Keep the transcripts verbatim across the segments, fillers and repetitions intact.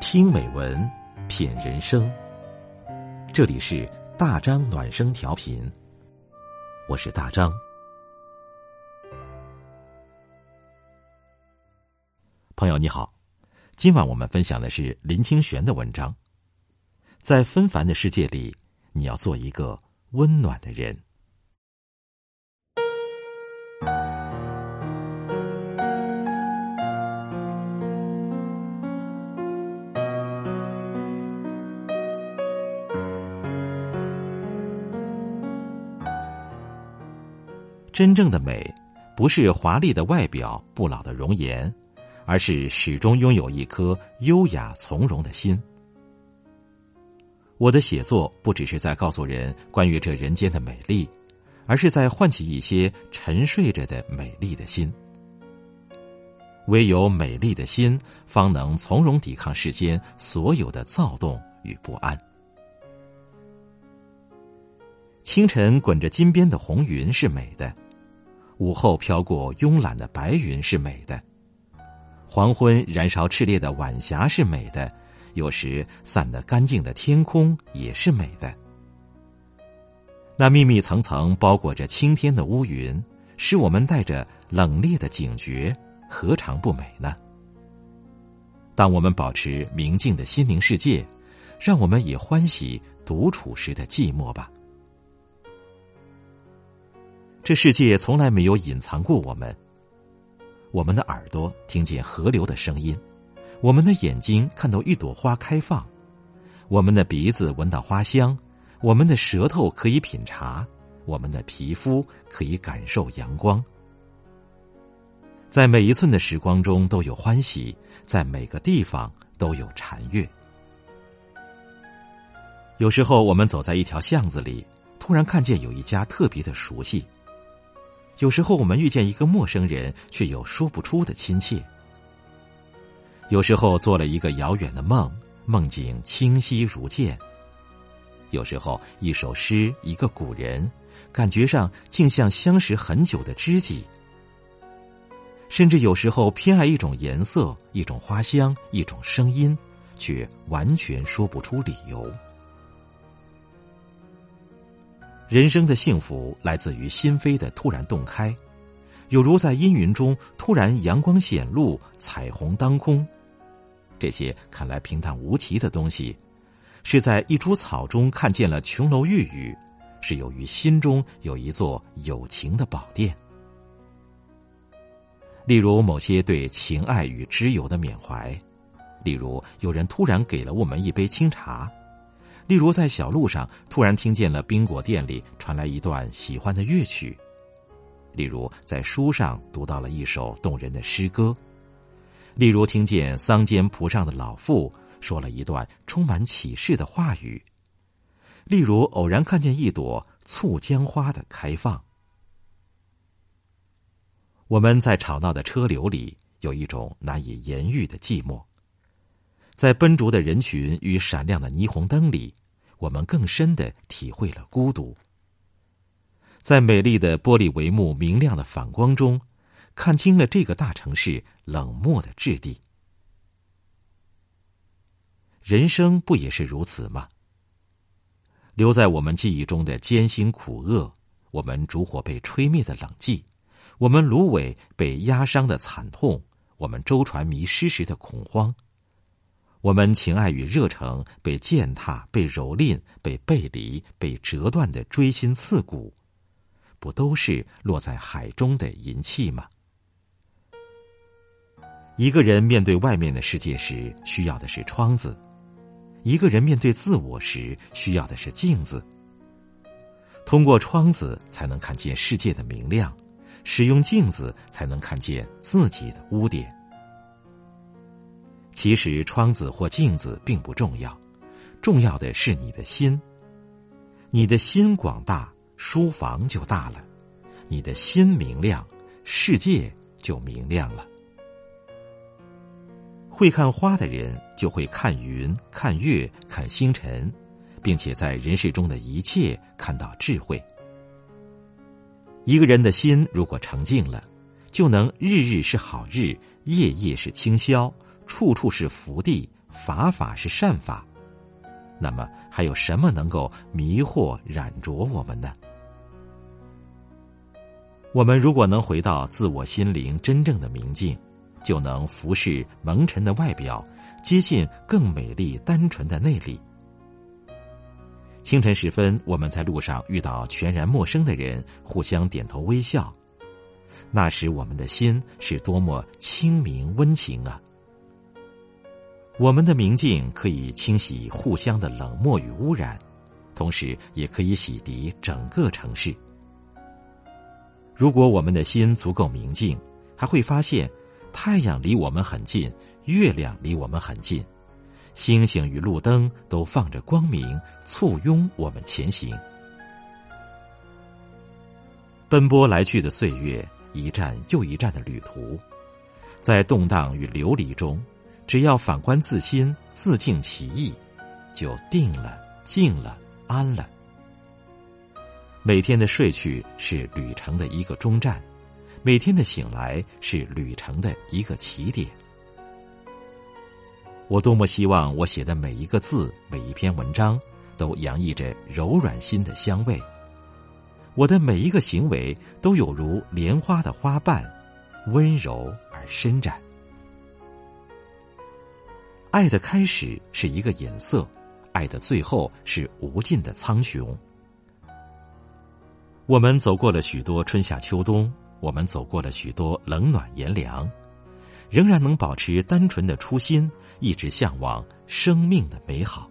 听美文，品人生。这里是大张暖声调频，我是大张。朋友你好，今晚我们分享的是林清玄的文章。在纷繁的世界里，你要做一个温暖的人。真正的美，不是华丽的外表、不老的容颜，而是始终拥有一颗优雅从容的心。我的写作不只是在告诉人关于这人间的美丽，而是在唤起一些沉睡着的美丽的心。唯有美丽的心，方能从容抵抗世间所有的躁动与不安。清晨滚着金边的红云是美的，午后飘过慵懒的白云是美的，黄昏燃烧炽烈的晚霞是美的，有时散得干净的天空也是美的。那密密层层包裹着青天的乌云，使我们带着冷冽的警觉，何尝不美呢？当我们保持明净的心灵世界，让我们也欢喜独处时的寂寞吧。这世界从来没有隐藏过我们，我们的耳朵听见河流的声音，我们的眼睛看到一朵花开放，我们的鼻子闻到花香，我们的舌头可以品茶，我们的皮肤可以感受阳光。在每一寸的时光中都有欢喜，在每个地方都有禅悦。有时候我们走在一条巷子里，突然看见有一家特别的熟悉。有时候我们遇见一个陌生人，却有说不出的亲切。有时候做了一个遥远的梦，梦境清晰如见。有时候一首诗，一个古人，感觉上竟像相识很久的知己。甚至有时候偏爱一种颜色，一种花香，一种声音，却完全说不出理由。人生的幸福来自于心扉的突然洞开，有如在阴云中突然阳光显露，彩虹当空。这些看来平淡无奇的东西，是在一株草中看见了琼楼玉宇，是由于心中有一座有情的宝殿。例如某些对情爱与知友的缅怀，例如有人突然给了我们一杯清茶，例如在小路上突然听见了冰果店里传来一段喜欢的乐曲，例如在书上读到了一首动人的诗歌，例如听见桑间蒲上的老妇说了一段充满启示的话语，例如偶然看见一朵簇江花的开放。我们在吵闹的车流里有一种难以言喻的寂寞，在奔逐的人群与闪亮的霓虹灯里，我们更深地体会了孤独。在美丽的玻璃帷幕明亮的反光中，看清了这个大城市冷漠的质地。人生不也是如此吗？留在我们记忆中的艰辛苦厄，我们烛火被吹灭的冷寂，我们芦苇被压伤的惨痛，我们舟船迷失时的恐慌，我们情爱与热诚被践踏、被蹂躏、被背离、被折断的锥心刺骨，不都是落在海中的银器吗？一个人面对外面的世界时，需要的是窗子；一个人面对自我时，需要的是镜子。通过窗子才能看见世界的明亮，使用镜子才能看见自己的污点。其实窗子或镜子并不重要，重要的是你的心。你的心广大，书房就大了；你的心明亮，世界就明亮了。会看花的人就会看云、看月、看星辰，并且在人世中的一切看到智慧。一个人的心如果澄净了，就能日日是好日，夜夜是清宵，处处是福地， 法法是善法，那么还有什么能够迷惑染着我们呢？我们如果能回到自我心灵真正的明镜，就能服侍蒙尘的外表，接近更美丽单纯的内里。清晨时分，我们在路上遇到全然陌生的人，互相点头微笑，那时我们的心是多么清明温情啊！我们的明镜可以清洗互相的冷漠与污染，同时也可以洗涤整个城市。如果我们的心足够明净，还会发现太阳离我们很近，月亮离我们很近，星星与路灯都放着光明，簇拥我们前行。奔波来去的岁月，一站又一站的旅途，在动荡与流离中，只要反观自心，自净其意，就定了，静了，安了。每天的睡去是旅程的一个终站，每天的醒来是旅程的一个起点。我多么希望我写的每一个字，每一篇文章，都洋溢着柔软心的香味。我的每一个行为都有如莲花的花瓣，温柔而伸展。爱的开始是一个隐色，爱的最后是无尽的苍穹。我们走过了许多春夏秋冬，我们走过了许多冷暖炎凉，仍然能保持单纯的初心，一直向往生命的美好。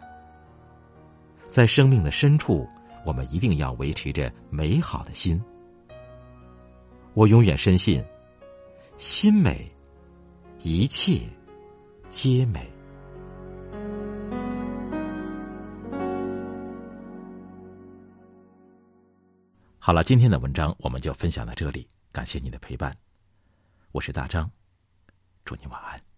在生命的深处，我们一定要维持着美好的心。我永远深信，心美，一切皆美。好了，今天的文章我们就分享到这里，感谢你的陪伴，我是大张，祝你晚安。